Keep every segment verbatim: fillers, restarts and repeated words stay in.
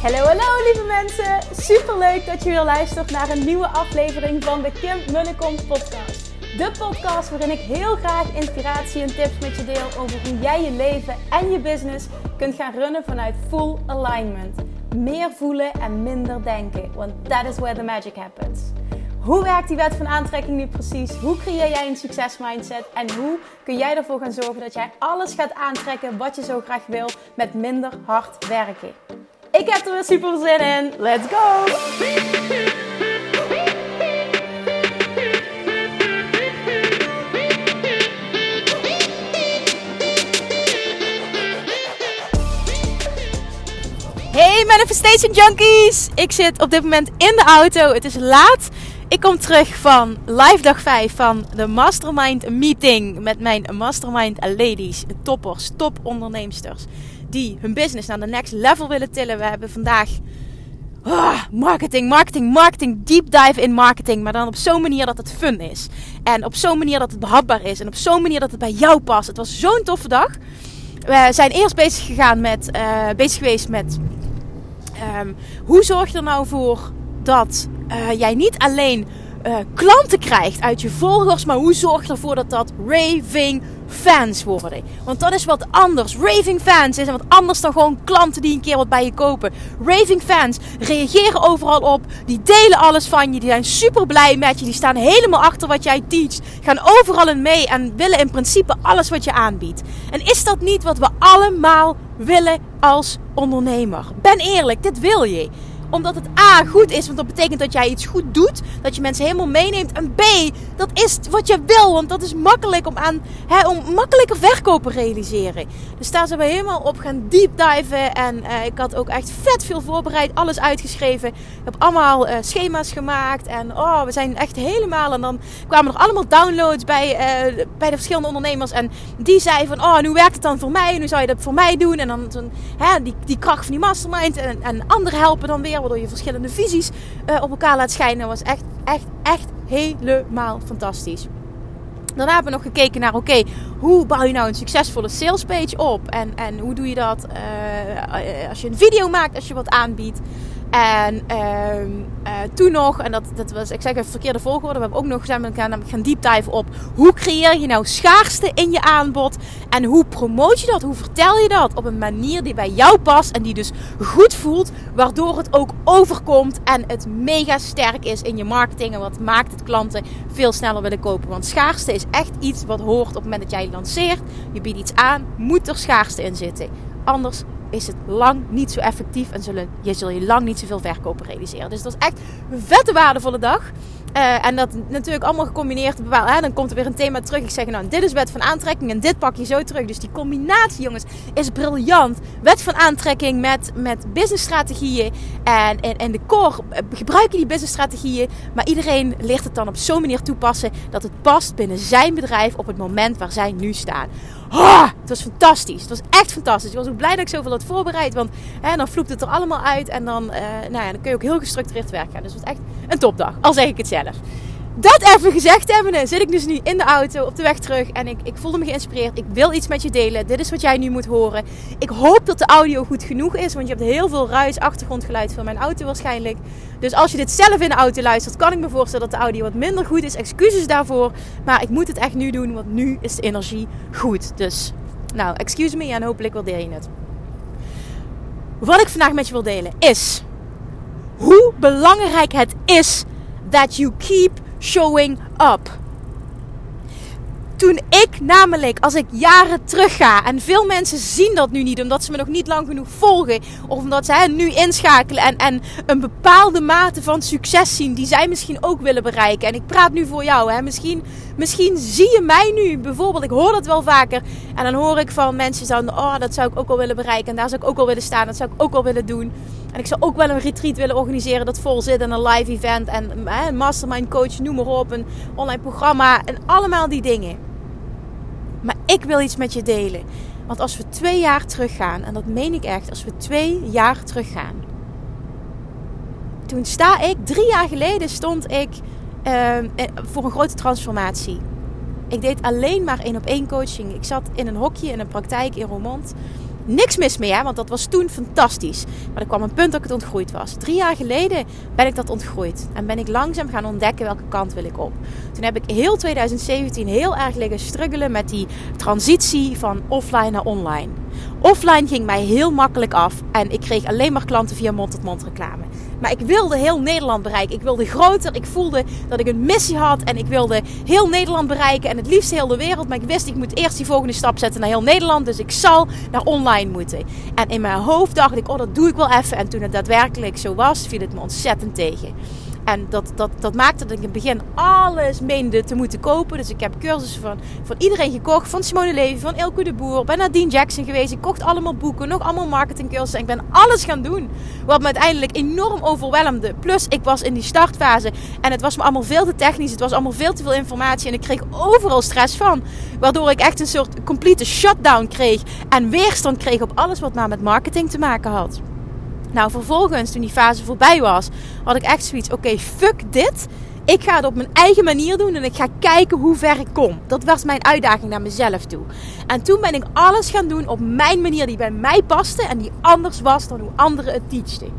Hallo, hallo lieve mensen. Superleuk dat je weer luistert naar een nieuwe aflevering van de Kim Munnekom podcast. De podcast waarin ik heel graag inspiratie en tips met je deel over hoe jij je leven en je business kunt gaan runnen vanuit full alignment. Meer voelen en minder denken, want that is where the magic happens. Hoe werkt die wet van aantrekking nu precies? Hoe creëer jij een succesmindset? En hoe kun jij ervoor gaan zorgen dat jij alles gaat aantrekken wat je zo graag wil met minder hard werken? Ik heb er weer super zin in. Let's go! Hey Manifestation Junkies! Ik zit op dit moment in de auto. Het is laat. Ik kom terug van live dag vijf van de Mastermind Meeting met mijn Mastermind Ladies, toppers, toponderneemsters die hun business naar de next level willen tillen. We hebben vandaag oh, marketing, marketing, marketing, deep dive in marketing, maar dan op zo'n manier dat het fun is. En op zo'n manier dat het behapbaar is en op zo'n manier dat het bij jou past. Het was zo'n toffe dag. We zijn eerst bezig gegaan met, uh, bezig geweest met um, hoe zorg je er nou voor dat uh, jij niet alleen uh, klanten krijgt uit je volgers, maar hoe zorg je ervoor dat dat raving fans worden? Want dat is wat anders. Raving fans is wat anders dan gewoon klanten die een keer wat bij je kopen. Raving fans reageren overal op, die delen alles van je, die zijn super blij met je, die staan helemaal achter wat jij teacht, gaan overal in mee en willen in principe alles wat je aanbiedt. En is dat niet wat we allemaal willen als ondernemer? Ben eerlijk, dit wil je. Omdat het A, goed is, want dat betekent dat jij iets goed doet. Dat je mensen helemaal meeneemt. En B, dat is wat je wil. Want dat is makkelijk om aan, hè, om makkelijker verkopen realiseren. Dus daar zijn we helemaal op gaan deep diven. En uh, ik had ook echt vet veel voorbereid. Alles uitgeschreven. Ik heb allemaal uh, schema's gemaakt. En oh, we zijn echt helemaal. En dan kwamen er allemaal downloads bij, uh, bij de verschillende ondernemers. En die zeiden van, oh, en hoe werkt het dan voor mij? En hoe zou je dat voor mij doen? En dan toen, hè, die, die kracht van die mastermind. En, en anderen helpen dan weer. Waardoor je verschillende visies uh, op elkaar laat schijnen. Dat was echt, echt, echt helemaal fantastisch. Daarna hebben we nog gekeken naar, oké, okay, hoe bouw je nou een succesvolle salespage op? En, en hoe doe je dat uh, als je een video maakt, als je wat aanbiedt? En uh, uh, toen nog, en dat, dat was, ik zeg even verkeerde volgorde, we hebben ook nog zijn we gaan, gaan deep dive op. Hoe creëer je nou schaarste in je aanbod? En hoe promoot je dat? Hoe vertel je dat? Op een manier die bij jou past en die dus goed voelt, waardoor het ook overkomt en het mega sterk is in je marketing. En wat maakt het klanten veel sneller willen kopen. Want schaarste is echt iets wat hoort op het moment dat jij lanceert. Je biedt iets aan, moet er schaarste in zitten. Anders is het lang niet zo effectief en zullen, je zul je lang niet zoveel verkopen realiseren. Dus dat is echt een vette waardevolle dag. Uh, en dat natuurlijk allemaal gecombineerd. Hè, dan komt er weer een thema terug. Ik zeg nou, dit is wet van aantrekking en dit pak je zo terug. Dus die combinatie, jongens, is briljant. Wet van aantrekking met, met businessstrategieën. En, en, en de core gebruiken die businessstrategieën. Maar iedereen leert het dan op zo'n manier toepassen dat het past binnen zijn bedrijf op het moment waar zij nu staan. Oh, het was fantastisch. Het was echt fantastisch. Ik was ook blij dat ik zoveel had voorbereid. Want hè, dan vloept het er allemaal uit. En dan, uh, nou ja, dan kun je ook heel gestructureerd werken. Dus het was echt een topdag. Al zeg ik het zelf. Dat even gezegd hebbende, zit ik dus nu in de auto op de weg terug. En ik, ik voelde me geïnspireerd. Ik wil iets met je delen. Dit is wat jij nu moet horen. Ik hoop dat de audio goed genoeg is. Want je hebt heel veel ruis, achtergrondgeluid van mijn auto waarschijnlijk. Dus als je dit zelf in de auto luistert, kan ik me voorstellen dat de audio wat minder goed is. Excuses daarvoor. Maar ik moet het echt nu doen, want nu is de energie goed. Dus, nou, excuse me en hopelijk waardeer je het. Wat ik vandaag met je wil delen is hoe belangrijk het is that you keep showing up. Toen ik namelijk, als ik jaren terug ga, en veel mensen zien dat nu niet, omdat ze me nog niet lang genoeg volgen, of omdat ze hè, nu inschakelen en, en een bepaalde mate van succes zien, die zij misschien ook willen bereiken. En ik praat nu voor jou, hè. Misschien, misschien zie je mij nu, bijvoorbeeld, ik hoor dat wel vaker, en dan hoor ik van mensen dan, oh, dat zou ik ook wel willen bereiken, en daar zou ik ook wel willen staan, dat zou ik ook wel willen doen. En ik zou ook wel een retreat willen organiseren dat vol zit en een live event en hè, een mastermind coach, noem maar op, een online programma en allemaal die dingen. Maar ik wil iets met je delen. Want als we twee jaar teruggaan, en dat meen ik echt, als we twee jaar teruggaan. Toen sta ik, drie jaar geleden stond ik uh, voor een grote transformatie. Ik deed alleen maar één op één coaching. Ik zat in een hokje in een praktijk in Roermond. Niks mis mee, hè, want dat was toen fantastisch. Maar er kwam een punt dat ik het ontgroeid was. Drie jaar geleden ben ik dat ontgroeid. En ben ik langzaam gaan ontdekken welke kant wil ik op. Toen heb ik heel twintig zeventien heel erg liggen struggelen met die transitie van offline naar online. Offline ging mij heel makkelijk af. En ik kreeg alleen maar klanten via mond-tot-mond reclame. Maar ik wilde heel Nederland bereiken. Ik wilde groter. Ik voelde dat ik een missie had. En ik wilde heel Nederland bereiken. En het liefst heel de wereld. Maar ik wist, ik moet eerst die volgende stap zetten naar heel Nederland. Dus ik zal naar online moeten. En in mijn hoofd dacht ik, oh, dat doe ik wel even. En toen het daadwerkelijk zo was, viel het me ontzettend tegen. En dat, dat, dat maakte dat ik in het begin alles meende te moeten kopen. Dus ik heb cursussen van, van iedereen gekocht. Van Simone Levy, van Ilko de Boer. Ben naar Dean Jackson geweest. Ik kocht allemaal boeken. Nog allemaal marketingcursussen. Ik ben alles gaan doen. Wat me uiteindelijk enorm overweldigde. Plus ik was in die startfase. En het was me allemaal veel te technisch. Het was allemaal veel te veel informatie. En ik kreeg overal stress van. Waardoor ik echt een soort complete shutdown kreeg. En weerstand kreeg op alles wat maar met marketing te maken had. Nou, vervolgens, toen die fase voorbij was, had ik echt zoiets, oké, okay, fuck dit. Ik ga het op mijn eigen manier doen en ik ga kijken hoe ver ik kom. Dat was mijn uitdaging naar mezelf toe. En toen ben ik alles gaan doen op mijn manier die bij mij paste en die anders was dan hoe anderen het teachten.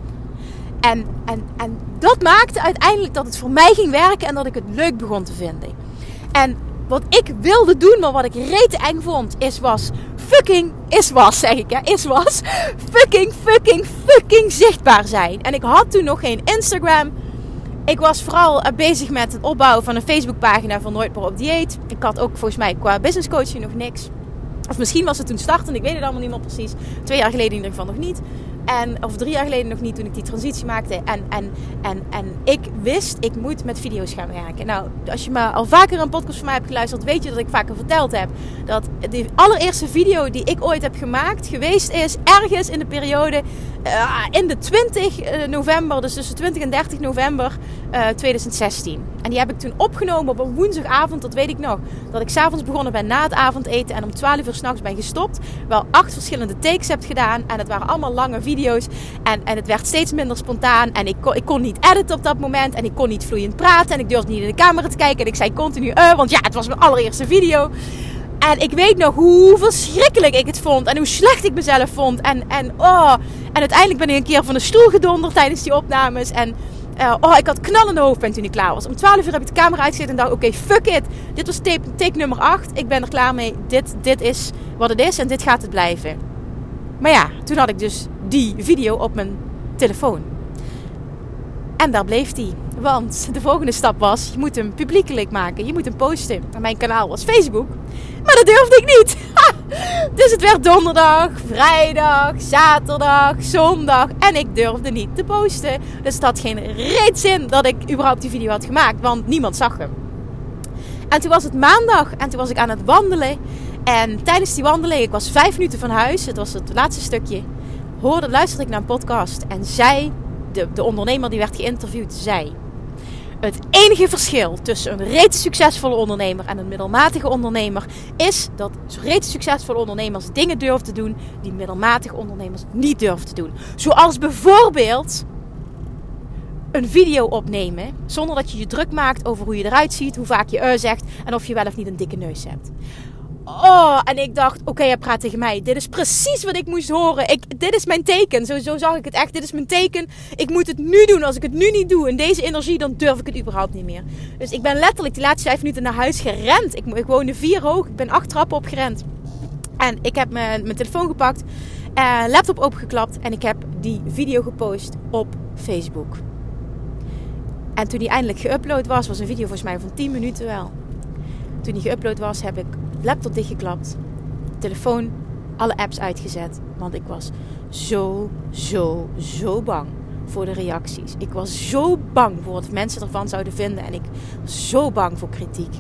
En, en, en dat maakte uiteindelijk dat het voor mij ging werken en dat ik het leuk begon te vinden. En wat ik wilde doen, maar wat ik rete eng vond, is was fucking, is was, zeg ik, hè, is was, fucking, fucking, fucking zichtbaar zijn. En ik had toen nog geen Instagram. Ik was vooral bezig met het opbouwen van een Facebookpagina van Nooit meer op dieet. Ik had ook volgens mij qua business coaching nog niks. Of misschien was het toen startend, ik weet het allemaal niet meer precies. Twee jaar geleden in ieder geval nog niet. En, of drie jaar geleden nog niet, toen ik die transitie maakte. En, en, en, en ik wist, ik moet met video's gaan werken. Nou, als je me al vaker een podcast van mij hebt geluisterd, weet je dat ik vaker verteld heb. Dat de allereerste video die ik ooit heb gemaakt geweest is ergens in de periode uh, in de twintig november. Dus tussen twintig en dertig november uh, twintig zestien. En die heb ik toen opgenomen op een woensdagavond, dat weet ik nog. Dat ik 's avonds begonnen ben na het avondeten en om twaalf uur 's nachts ben gestopt. Wel acht verschillende takes heb gedaan. En het waren allemaal lange video's. En, en het werd steeds minder spontaan. En ik kon, ik kon niet editen op dat moment. En ik kon niet vloeiend praten. En ik durfde niet in de camera te kijken. En ik zei continu, uh, want ja, het was mijn allereerste video. En ik weet nog hoe verschrikkelijk ik het vond. En hoe slecht ik mezelf vond. En, en, oh. en uiteindelijk ben ik een keer van de stoel gedonderd tijdens die opnames. En uh, oh, ik had knallende hoofdpijn toen ik klaar was. Om twaalf uur heb ik de camera uitgezet en dacht, oké, okay, fuck it. Dit was take, take nummer acht. Ik ben er klaar mee. Dit, dit is wat het is en dit gaat het blijven. Maar ja, toen had ik dus die video op mijn telefoon. En daar bleef die. Want de volgende stap was, je moet hem publiekelijk maken. Je moet hem posten. En mijn kanaal was Facebook. Maar dat durfde ik niet. Dus het werd donderdag, vrijdag, zaterdag, zondag. En ik durfde niet te posten. Dus het had geen reet zin dat ik überhaupt die video had gemaakt. Want niemand zag hem. En toen was het maandag. En toen was ik aan het wandelen. En tijdens die wandeling, ik was vijf minuten van huis. Het was het laatste stukje. Hoorde, luisterde ik naar een podcast. En zij, de, de ondernemer die werd geïnterviewd, zei: het enige verschil tussen een reeds succesvolle ondernemer en een middelmatige ondernemer is dat reeds succesvolle ondernemers dingen durven te doen die middelmatige ondernemers niet durven te doen. Zoals bijvoorbeeld een video opnemen zonder dat je je druk maakt over hoe je eruit ziet, hoe vaak je uh zegt en of je wel of niet een dikke neus hebt. Oh, en ik dacht, oké, okay, hij praat tegen mij. Dit is precies wat ik moest horen. Ik, dit is mijn teken. Zo, zo zag ik het echt. Dit is mijn teken. Ik moet het nu doen. Als ik het nu niet doe in deze energie, dan durf ik het überhaupt niet meer. Dus ik ben letterlijk die laatste vijf minuten naar huis gerend. Ik, ik woonde vier hoog. Ik ben acht trappen opgerend. En ik heb mijn, mijn telefoon gepakt. Uh, laptop opengeklapt. En ik heb die video gepost op Facebook. En toen die eindelijk geüpload was, was een video volgens mij van tien minuten wel. Toen die geüpload was, heb ik laptop dichtgeklapt, telefoon, alle apps uitgezet. Want ik was zo, zo, zo bang voor de reacties. Ik was zo bang voor wat mensen ervan zouden vinden. En ik was zo bang voor kritiek.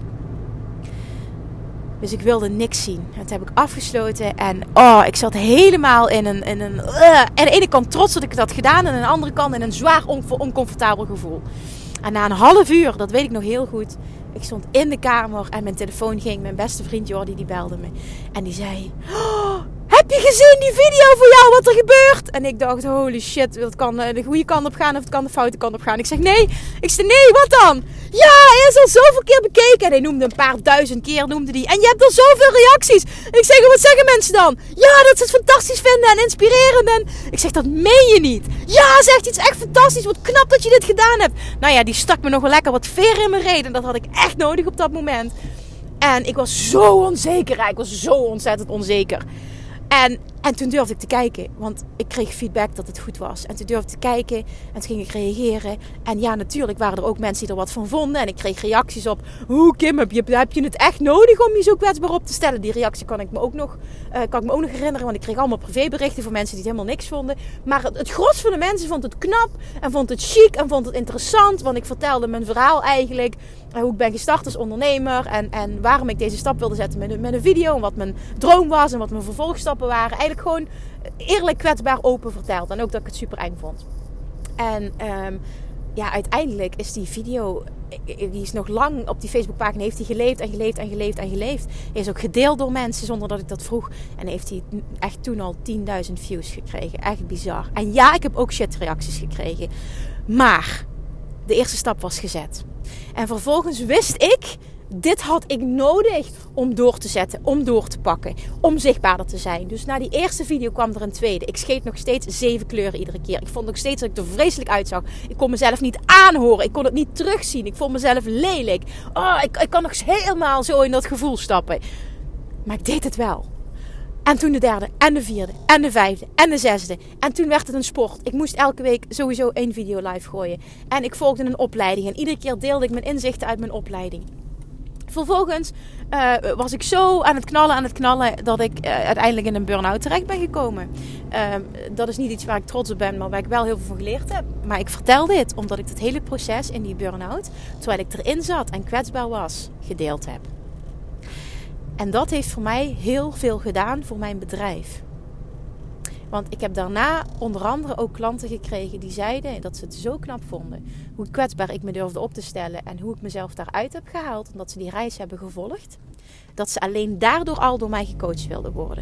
Dus ik wilde niks zien. Dat heb ik afgesloten. En oh, ik zat helemaal in een... In een uh, aan de ene kant trots dat ik het had gedaan. En aan de andere kant in een zwaar on- oncomfortabel gevoel. En na een half uur, dat weet ik nog heel goed. Ik stond in de kamer en mijn telefoon ging. Mijn beste vriend Jordi, die belde me. En die zei: oh, heb je gezien die video van jou, wat er gebeurt? En ik dacht, holy shit, het kan de goede kant op gaan of het kan de foute kant op gaan. Ik zeg, nee. Ik zeg, nee, wat dan? Ja, hij is al zoveel keer bekeken. En hij noemde een paar duizend keer, noemde die. En je hebt al zoveel reacties. Ik zeg, wat zeggen mensen dan? Ja, dat ze het fantastisch vinden en inspirerend. En ik zeg, dat meen je niet. Ja, zegt hij, het is echt fantastisch. Wat knap dat je dit gedaan hebt. Nou ja, die stak me nog wel lekker wat veer in mijn reet. En dat had ik echt nodig op dat moment. En ik was zo onzeker. Ik was zo ontzettend onzeker. En, en toen durfde ik te kijken. Want ik kreeg feedback dat het goed was. En toen durfde ik te kijken. En toen ging ik reageren. En ja, natuurlijk waren er ook mensen die er wat van vonden. En ik kreeg reacties op. Hoe Kim, heb je, heb je het echt nodig om je zo kwetsbaar op te stellen? Die reactie kan ik me ook nog, uh, kan ik me ook nog herinneren. Want ik kreeg allemaal privéberichten van mensen die het helemaal niks vonden. Maar het, het gros van de mensen vond het knap. En vond het chic. En vond het interessant. Want ik vertelde mijn verhaal eigenlijk. Uh, hoe ik ben gestart als ondernemer. En, en waarom ik deze stap wilde zetten met, met een video. En wat mijn droom was. En wat mijn vervolgstappen waren. Eigenlijk gewoon eerlijk, kwetsbaar, open verteld. En ook dat ik het super eng vond. En um, ja, uiteindelijk is die video, die is nog lang op die Facebookpagina, heeft hij geleefd en geleefd en geleefd en geleefd. Hij is ook gedeeld door mensen zonder dat ik dat vroeg. En heeft hij echt toen al tienduizend views gekregen. Echt bizar. En ja, ik heb ook shit reacties gekregen. Maar de eerste stap was gezet. En vervolgens wist ik, dit had ik nodig om door te zetten, om door te pakken, om zichtbaarder te zijn. Dus na die eerste video kwam er een tweede. Ik scheet nog steeds zeven kleuren iedere keer. Ik vond nog steeds dat ik er vreselijk uitzag. Ik kon mezelf niet aanhoren. Ik kon het niet terugzien. Ik vond mezelf lelijk. Oh, ik, ik kan nog helemaal zo in dat gevoel stappen. Maar ik deed het wel. En toen de derde, en de vierde, en de vijfde, en de zesde. En toen werd het een sport. Ik moest elke week sowieso één video live gooien. En ik volgde een opleiding. En iedere keer deelde ik mijn inzichten uit mijn opleiding. Vervolgens uh, was ik zo aan het knallen, aan het knallen, dat ik uh, uiteindelijk in een burn-out terecht ben gekomen. Uh, dat is niet iets waar ik trots op ben, maar waar ik wel heel veel van geleerd heb. Maar ik vertel dit omdat ik het hele proces in die burn-out, terwijl ik erin zat en kwetsbaar was, gedeeld heb. En dat heeft voor mij heel veel gedaan voor mijn bedrijf. Want ik heb daarna onder andere ook klanten gekregen die zeiden dat ze het zo knap vonden. Hoe kwetsbaar ik me durfde op te stellen en hoe ik mezelf daaruit heb gehaald. Omdat ze die reis hebben gevolgd. Dat ze alleen daardoor al door mij gecoacht wilden worden.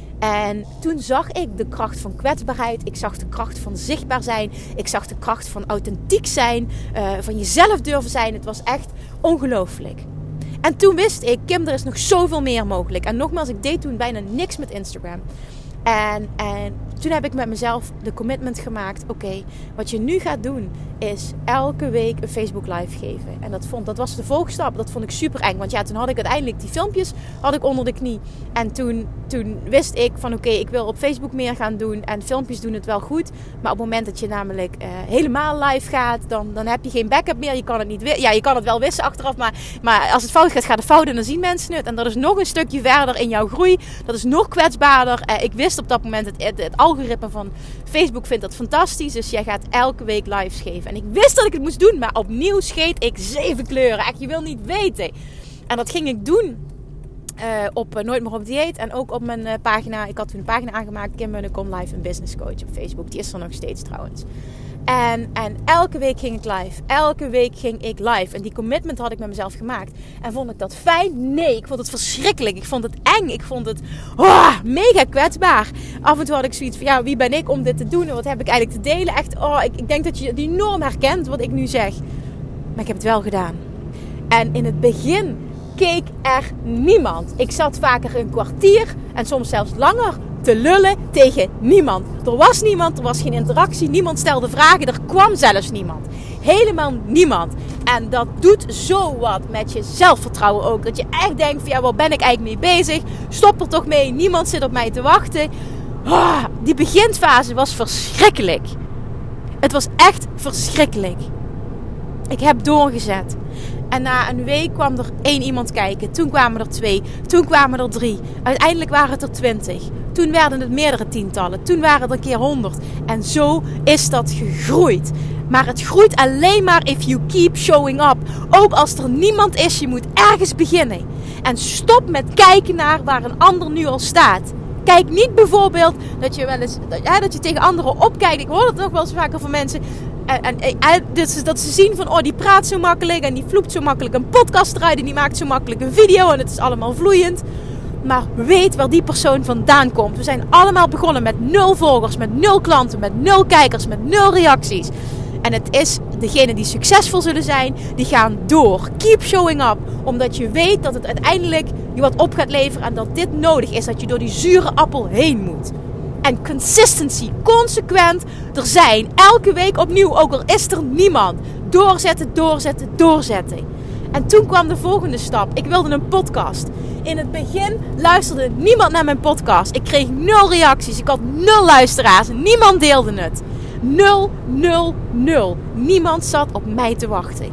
En toen zag ik de kracht van kwetsbaarheid. Ik zag de kracht van zichtbaar zijn. Ik zag de kracht van authentiek zijn. Uh, van jezelf durven zijn. Het was echt ongelooflijk. En toen wist ik, Kim, er is nog zoveel meer mogelijk. En nogmaals, ik deed toen bijna niks met Instagram. En, en toen heb ik met mezelf de commitment gemaakt. Oké, okay, wat je nu gaat doen is elke week een Facebook live geven. En dat, vond, dat was de volgstap. Dat vond ik super eng. Want ja, toen had ik uiteindelijk die filmpjes had ik onder de knie. En toen, toen wist ik van oké, okay, ik wil op Facebook meer gaan doen. En filmpjes doen het wel goed. Maar op het moment dat je namelijk uh, helemaal live gaat, dan, dan heb je geen backup meer. Je kan het niet wi- Ja, je kan het wel wissen achteraf. Maar, maar als het fout gaat, gaat het fout en dan zien mensen het. En dat is nog een stukje verder in jouw groei. Dat is nog kwetsbaarder. Uh, ik wist op dat moment, het, het, het algoritme van Facebook vindt dat fantastisch. Dus jij gaat elke week lives geven. En ik wist dat ik het moest doen, maar opnieuw scheet ik zeven kleuren. Echt, je wil niet weten. En dat ging ik doen uh, op uh, Nooit meer op dieet. En ook op mijn uh, pagina. Ik had toen een pagina aangemaakt. Kim Munnekom Live, een business coach op Facebook. Die is er nog steeds trouwens. En, en elke week ging ik live. Elke week ging ik live. En die commitment had ik met mezelf gemaakt. En vond ik dat fijn? Nee, ik vond het verschrikkelijk. Ik vond het eng. Ik vond het oh, mega kwetsbaar. Af en toe had ik zoiets van, ja, wie ben ik om dit te doen? En wat heb ik eigenlijk te delen? Echt, oh, ik, ik denk dat je die enorm herkent wat ik nu zeg. Maar ik heb het wel gedaan. En in het begin keek er niemand. Ik zat vaker een kwartier en soms zelfs langer te lullen tegen niemand. Er was niemand, er was geen interactie, niemand stelde vragen, er kwam zelfs niemand. Helemaal niemand. En dat doet zo wat met je zelfvertrouwen ook. Dat je echt denkt van ja, waar ben ik eigenlijk mee bezig? Stop er toch mee, niemand zit op mij te wachten. Oh, die beginfase was verschrikkelijk. Het was echt verschrikkelijk. Ik heb doorgezet. En na een week kwam er één iemand kijken. Toen kwamen er twee. Toen kwamen er drie. Uiteindelijk waren het er twintig. Toen werden het meerdere tientallen. Toen waren het een keer honderd. En zo is dat gegroeid. Maar het groeit alleen maar if you keep showing up. Ook als er niemand is, je moet ergens beginnen. En stop met kijken naar waar een ander nu al staat. Kijk niet bijvoorbeeld dat je wel eens ja, dat je tegen anderen opkijkt. Ik hoor het nog wel eens vaker van mensen. En, en, en dus dat ze zien van, oh, die praat zo makkelijk en die vloept zo makkelijk een podcast eruit en die maakt zo makkelijk een video en het is allemaal vloeiend. Maar weet waar die persoon vandaan komt. We zijn allemaal begonnen met nul volgers, met nul klanten, met nul kijkers, met nul reacties. En het is degenen die succesvol zullen zijn, die gaan door. Keep showing up. Omdat je weet dat het uiteindelijk je wat op gaat leveren. En dat dit nodig is. Dat je door die zure appel heen moet. En consistency. Consequent er zijn. Elke week opnieuw. Ook al is er niemand. Doorzetten, doorzetten, doorzetten. En toen kwam de volgende stap. Ik wilde een podcast. In het begin luisterde niemand naar mijn podcast. Ik kreeg nul reacties. Ik had nul luisteraars. Niemand deelde het. Nul, nul, nul. Niemand zat op mij te wachten.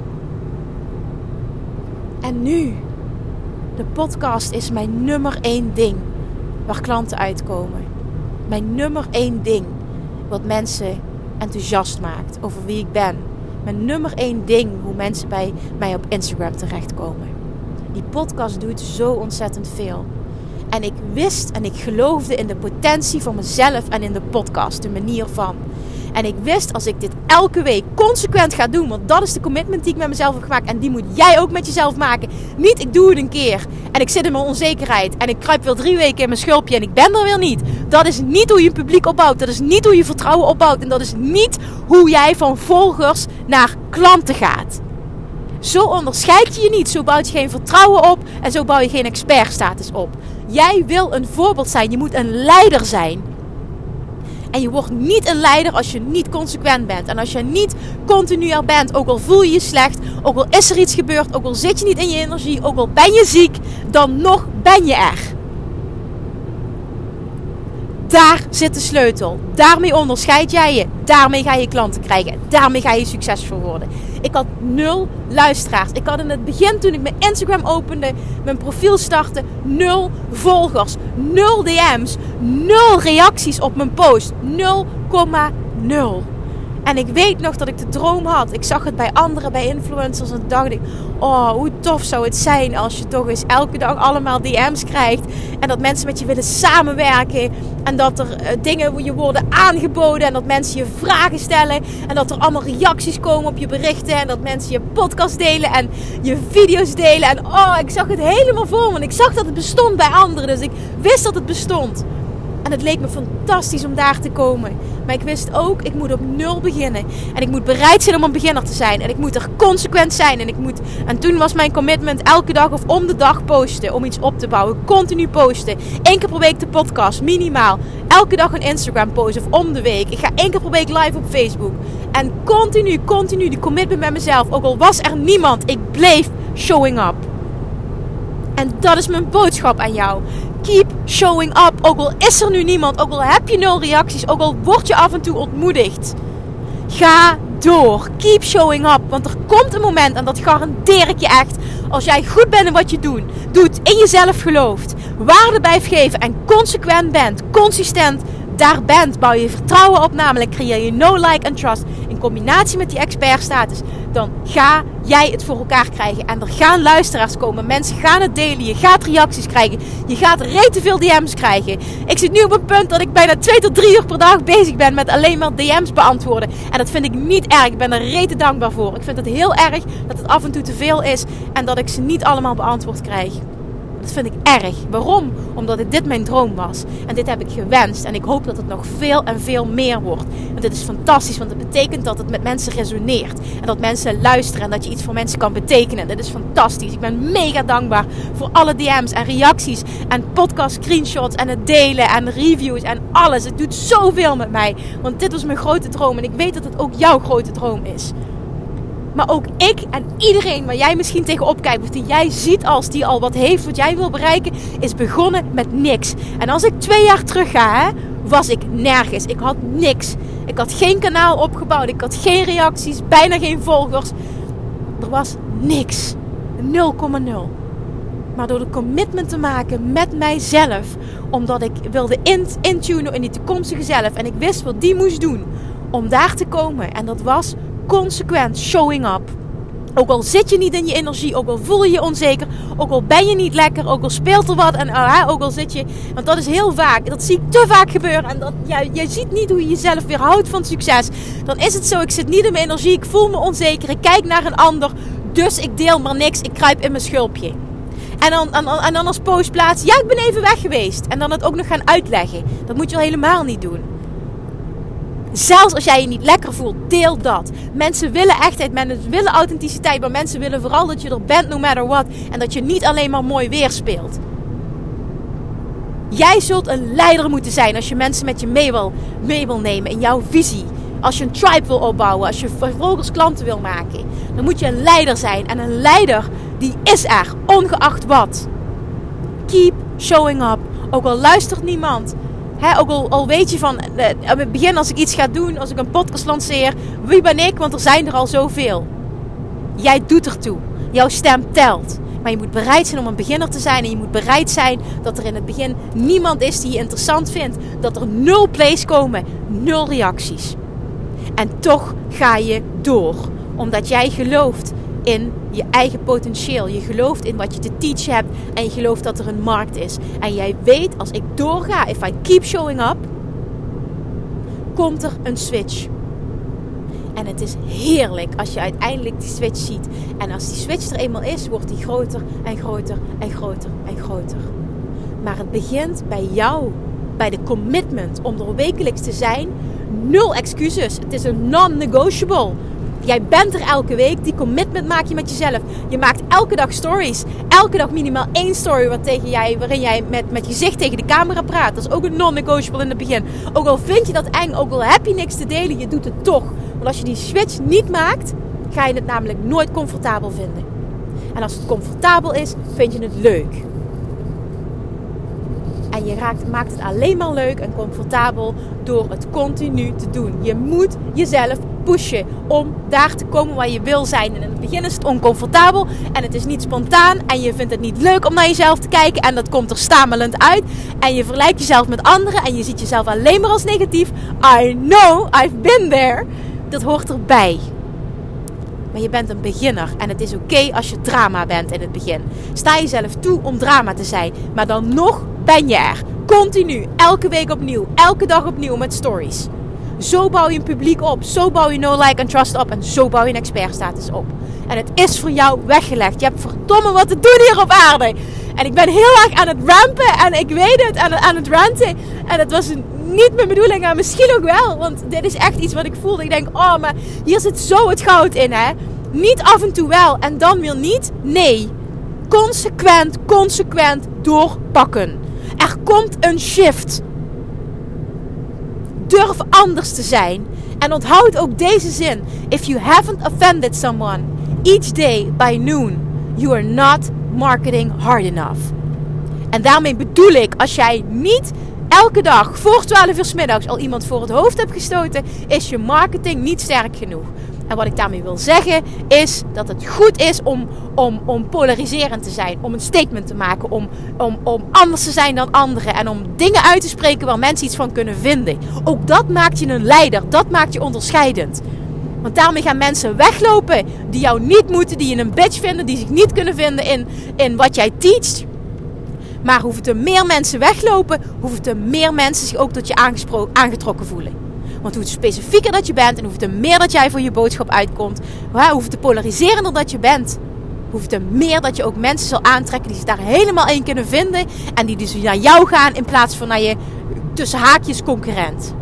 En nu. De podcast is mijn nummer één ding. Waar klanten uitkomen. Mijn nummer één ding. Wat mensen enthousiast maakt. Over wie ik ben. Mijn nummer één ding. Hoe mensen bij mij op Instagram terechtkomen. Die podcast doet zo ontzettend veel. En ik wist en ik geloofde in de potentie van mezelf en in de podcast. De manier van. En ik wist, als ik dit elke week consequent ga doen, want dat is de commitment die ik met mezelf heb gemaakt. En die moet jij ook met jezelf maken. Niet, ik doe het een keer en ik zit in mijn onzekerheid. En ik kruip weer drie weken in mijn schulpje en ik ben er weer niet. Dat is niet hoe je een publiek opbouwt. Dat is niet hoe je vertrouwen opbouwt. En dat is niet hoe jij van volgers naar klanten gaat. Zo onderscheid je je niet. Zo bouw je geen vertrouwen op. En zo bouw je geen expertstatus op. Jij wil een voorbeeld zijn. Je moet een leider zijn. En je wordt niet een leider als je niet consequent bent. En als je niet continu er bent. Ook al voel je je slecht. Ook al is er iets gebeurd. Ook al zit je niet in je energie. Ook al ben je ziek. Dan nog ben je er. Daar zit de sleutel. Daarmee onderscheid jij je. Daarmee ga je klanten krijgen. Daarmee ga je succesvol worden. Ik had nul luisteraars. Ik had in het begin, toen ik mijn Instagram opende, mijn profiel startte, nul volgers. Nul D M's. Nul reacties op mijn post. nul komma nul. En ik weet nog dat ik de droom had. Ik zag het bij anderen, bij influencers. En dacht ik, oh, hoe tof zou het zijn als je toch eens elke dag allemaal D M's krijgt. En dat mensen met je willen samenwerken. En dat er uh, dingen je worden aangeboden. En dat mensen je vragen stellen. En dat er allemaal reacties komen op je berichten. En dat mensen je podcast delen. En je video's delen. En oh, ik zag het helemaal voor me. Want ik zag dat het bestond bij anderen. Dus ik wist dat het bestond. En het leek me fantastisch om daar te komen. Maar ik wist ook, ik moet op nul beginnen. En ik moet bereid zijn om een beginner te zijn. En ik moet er consequent zijn. En, ik moet... en toen was mijn commitment elke dag of om de dag posten. Om iets op te bouwen. Continu posten. Eén keer per week de podcast. Minimaal. Elke dag een Instagram post. Of om de week. Ik ga één keer per week live op Facebook. En continu, continu die commitment met mezelf. Ook al was er niemand. Ik bleef showing up. En dat is mijn boodschap aan jou. Keep showing up. Ook al is er nu niemand. Ook al heb je nul reacties. Ook al word je af en toe ontmoedigd. Ga door. Keep showing up. Want er komt een moment. En dat garandeer ik je echt. Als jij goed bent in wat je doet. Doet. In jezelf gelooft. Waarde blijft geven. En consequent bent. Consistent daar bent. Bouw je vertrouwen op. Namelijk creëer je know, like en trust. In combinatie met die expertstatus. Dan ga jij het voor elkaar krijgen. En er gaan luisteraars komen. Mensen gaan het delen. Je gaat reacties krijgen. Je gaat rete veel D M's krijgen. Ik zit nu op een punt dat ik bijna twee tot drie uur per dag bezig ben met alleen maar D M's beantwoorden. En dat vind ik niet erg. Ik ben er rete dankbaar voor. Ik vind het heel erg dat het af en toe te veel is. En dat ik ze niet allemaal beantwoord krijg. Dat vind ik erg. Waarom? Omdat dit mijn droom was. En dit heb ik gewenst. En ik hoop dat het nog veel en veel meer wordt. En dit is fantastisch. Want het betekent dat het met mensen resoneert. En dat mensen luisteren. En dat je iets voor mensen kan betekenen. Dit is fantastisch. Ik ben mega dankbaar voor alle D M's en reacties. En podcast screenshots. En het delen. En reviews. En alles. Het doet zoveel met mij. Want dit was mijn grote droom. En ik weet dat het ook jouw grote droom is. Maar ook ik en iedereen waar jij misschien tegenop kijkt, of die jij ziet als die al wat heeft, wat jij wil bereiken, is begonnen met niks. En als ik twee jaar terug ga, hè, was ik nergens. Ik had niks. Ik had geen kanaal opgebouwd. Ik had geen reacties, bijna geen volgers. Er was niks. nul komma nul. Maar door de commitment te maken met mijzelf, omdat ik wilde in, intunen in die toekomstige zelf. En ik wist wat die moest doen om daar te komen. En dat was consequent showing up. Ook al zit je niet in je energie, ook al voel je je onzeker, ook al ben je niet lekker, ook al speelt er wat en uh, ook al zit je, want dat is heel vaak, dat zie ik te vaak gebeuren en dat, ja, jij ziet niet hoe je jezelf weerhoudt van succes. Dan is het zo, ik zit niet in mijn energie, ik voel me onzeker, ik kijk naar een ander, dus ik deel maar niks, ik kruip in mijn schulpje. En dan, en, en dan als post plaatsen, ja, ik ben even weg geweest. En dan het ook nog gaan uitleggen. Dat moet je al helemaal niet doen. Zelfs als jij je niet lekker voelt, deel dat. Mensen willen echtheid, mensen willen authenticiteit, maar mensen willen vooral dat je er bent no matter what. En dat je niet alleen maar mooi weerspeelt. Jij zult een leider moeten zijn als je mensen met je mee wil, mee wil nemen in jouw visie. Als je een tribe wil opbouwen, als je vervolgens klanten wil maken. Dan moet je een leider zijn. En een leider, die is er, ongeacht wat. Keep showing up. Ook al luistert niemand. He, ook al, al weet je van, uh, aan het begin als ik iets ga doen, als ik een podcast lanceer, wie ben ik? Want er zijn er al zoveel. Jij doet ertoe. Jouw stem telt. Maar je moet bereid zijn om een beginner te zijn. En je moet bereid zijn dat er in het begin niemand is die je interessant vindt. Dat er nul plays komen. Nul reacties. En toch ga je door. Omdat jij gelooft in je eigen potentieel. Je gelooft in wat je te teachen hebt. En je gelooft dat er een markt is. En jij weet, als ik doorga, if I keep showing up, komt er een switch. En het is heerlijk als je uiteindelijk die switch ziet. En als die switch er eenmaal is, wordt die groter en groter en groter en groter. Maar het begint bij jou. Bij de commitment om er wekelijks te zijn. Nul excuses. Het is een non-negotiable. Jij bent er elke week. Die commitment maak je met jezelf. Je maakt elke dag stories. Elke dag minimaal één story wat tegen jij, waarin jij met, met je gezicht tegen de camera praat. Dat is ook een non-negotiable in het begin. Ook al vind je dat eng, ook al heb je niks te delen, je doet het toch. Want als je die switch niet maakt, ga je het namelijk nooit comfortabel vinden. En als het comfortabel is, vind je het leuk. En je raakt, maakt het alleen maar leuk en comfortabel door het continu te doen. Je moet jezelf pushen om daar te komen waar je wil zijn. En in het begin is het oncomfortabel en het is niet spontaan. En je vindt het niet leuk om naar jezelf te kijken. En dat komt er stamelend uit. En je vergelijkt jezelf met anderen en je ziet jezelf alleen maar als negatief. I know, I've been there. Dat hoort erbij. Maar je bent een beginner. En het is oké okay als je drama bent in het begin. Sta jezelf toe om drama te zijn. Maar dan nog ben je er. Continu. Elke week opnieuw. Elke dag opnieuw met stories. Zo bouw je een publiek op. Zo bouw je no like en trust op. En zo bouw je een expertstatus op. En het is voor jou weggelegd. Je hebt verdomme wat te doen hier op aarde. En ik ben heel erg aan het rampen. En ik weet het. Aan het, aan het ranten. En het was een niet mijn bedoeling, en misschien ook wel. Want dit is echt iets wat ik voelde. Ik denk, oh, maar hier zit zo het goud in, hè. Niet af en toe wel en dan weer niet. Nee. Consequent, consequent doorpakken. Er komt een shift. Durf anders te zijn. En onthoud ook deze zin. If you haven't offended someone each day by noon, you are not marketing hard enough. En daarmee bedoel ik, als jij niet elke dag voor twaalf uur 's middags al iemand voor het hoofd hebt gestoten, is je marketing niet sterk genoeg. En wat ik daarmee wil zeggen is dat het goed is om, om, om polariserend te zijn. Om een statement te maken. Om, om, om anders te zijn dan anderen. En om dingen uit te spreken waar mensen iets van kunnen vinden. Ook dat maakt je een leider. Dat maakt je onderscheidend. Want daarmee gaan mensen weglopen die jou niet moeten. Die je een bitch vinden. Die zich niet kunnen vinden in, in wat jij teacht. Maar hoeveel te meer mensen weglopen, hoeveel te meer mensen zich ook tot je aangetrokken voelen. Want hoe specifieker dat je bent en hoeveel te meer dat jij voor je boodschap uitkomt, hoeveel te polariserender dat je bent, hoeveel te meer dat je ook mensen zal aantrekken die zich daar helemaal in kunnen vinden en die dus naar jou gaan in plaats van naar je tussen haakjes concurrent.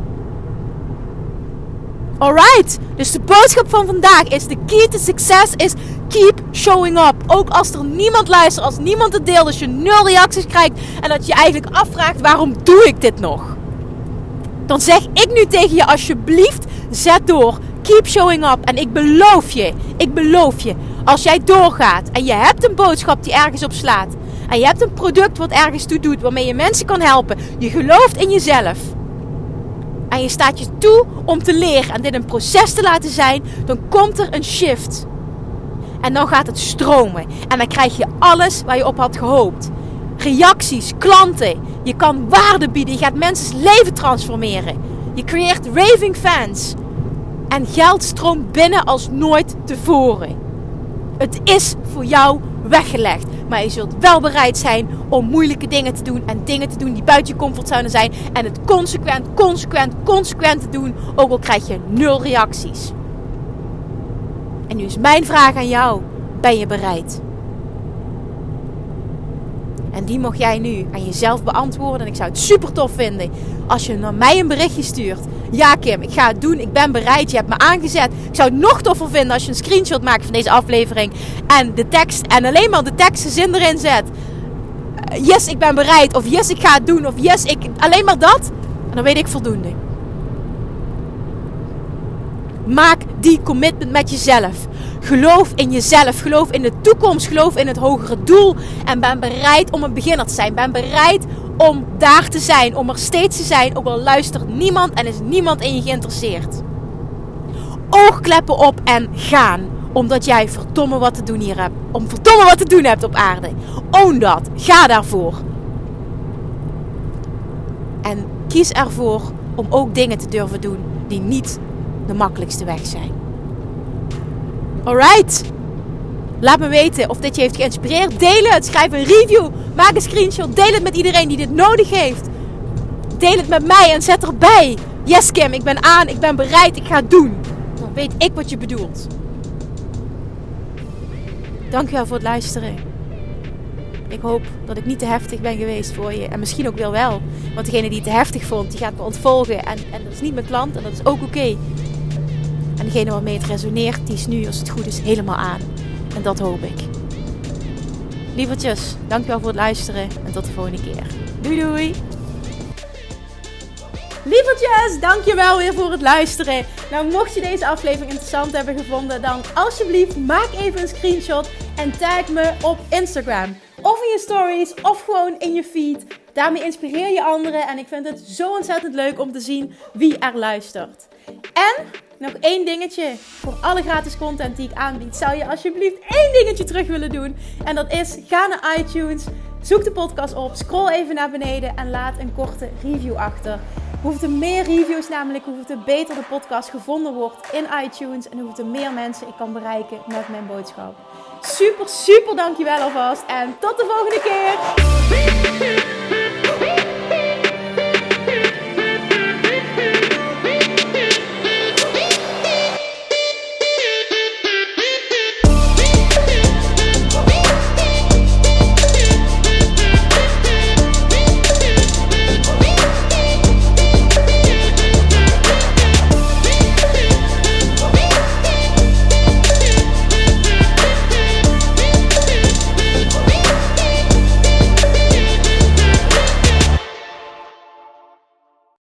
Alright, dus de boodschap van vandaag is: de key to success is keep showing up. Ook als er niemand luistert, als niemand het deelt, als je nul reacties krijgt en dat je eigenlijk afvraagt: waarom doe ik dit nog? Dan zeg ik nu tegen je: alsjeblieft, zet door. Keep showing up. En ik beloof je, ik beloof je, als jij doorgaat en je hebt een boodschap die ergens op slaat en je hebt een product wat ergens toe doet, waarmee je mensen kan helpen, je gelooft in jezelf en je staat je toe om te leren en dit een proces te laten zijn, dan komt er een shift. En dan gaat het stromen. En dan krijg je alles waar je op had gehoopt. Reacties, klanten. Je kan waarde bieden. Je gaat mensen's leven transformeren. Je creëert raving fans. En geld stroomt binnen als nooit tevoren. Het is voor jou weggelegd. Maar je zult wel bereid zijn om moeilijke dingen te doen. En dingen te doen die buiten je comfortzone zijn. En het consequent, consequent, consequent te doen. Ook al krijg je nul reacties. En nu is mijn vraag aan jou. Ben je bereid? En die mag jij nu aan jezelf beantwoorden. En ik zou het super tof vinden als je naar mij een berichtje stuurt. Ja Kim, ik ga het doen. Ik ben bereid. Je hebt me aangezet. Ik zou het nog toffer vinden als je een screenshot maakt van deze aflevering. En de tekst, en alleen maar de tekst, de zin erin zet. Uh, yes, ik ben bereid. Of yes, ik ga het doen. Of yes, ik... Alleen maar dat. En dan weet ik voldoende. Maak die commitment met jezelf. Geloof in jezelf. Geloof in de toekomst. Geloof in het hogere doel. En ben bereid om een beginner te zijn. Ben bereid om daar te zijn. Om er steeds te zijn. Ook al luistert niemand en is niemand in je geïnteresseerd. Oogkleppen op en gaan. Omdat jij verdomme wat te doen hier hebt. Om verdomme wat te doen hebt op aarde. Own dat. Ga daarvoor. En kies ervoor om ook dingen te durven doen die niet de makkelijkste weg zijn. Alright. Laat me weten of dit je heeft geïnspireerd. Deel het. Schrijf een review. Maak een screenshot. Deel het met iedereen die dit nodig heeft. Deel het met mij en zet erbij. Yes Kim, ik ben aan. Ik ben bereid. Ik ga het doen. Dan weet ik wat je bedoelt. Dankjewel voor het luisteren. Ik hoop dat ik niet te heftig ben geweest voor je. En misschien ook wel wel. Want degene die het te heftig vond, die gaat me ontvolgen. En, en dat is niet mijn klant. En dat is ook oké. Okay. En degene waarmee het resoneert, die is nu, als het goed is, helemaal aan. En dat hoop ik. Lievertjes, dankjewel voor het luisteren. En tot de volgende keer. Doei doei. Lievertjes, dankjewel weer voor het luisteren. Nou, mocht je deze aflevering interessant hebben gevonden, dan alsjeblieft maak even een screenshot en tag me op Instagram. Of in je stories, of gewoon in je feed. Daarmee inspireer je anderen en ik vind het zo ontzettend leuk om te zien wie er luistert. En nog één dingetje. Voor alle gratis content die ik aanbied, zou je alsjeblieft één dingetje terug willen doen. En dat is, ga naar iTunes, zoek de podcast op, scroll even naar beneden en laat een korte review achter. Hoeveel er meer reviews namelijk, hoeveel er beter de podcast gevonden wordt in iTunes. En hoeveel er meer mensen ik kan bereiken met mijn boodschap. Super, super dankjewel alvast. En tot de volgende keer.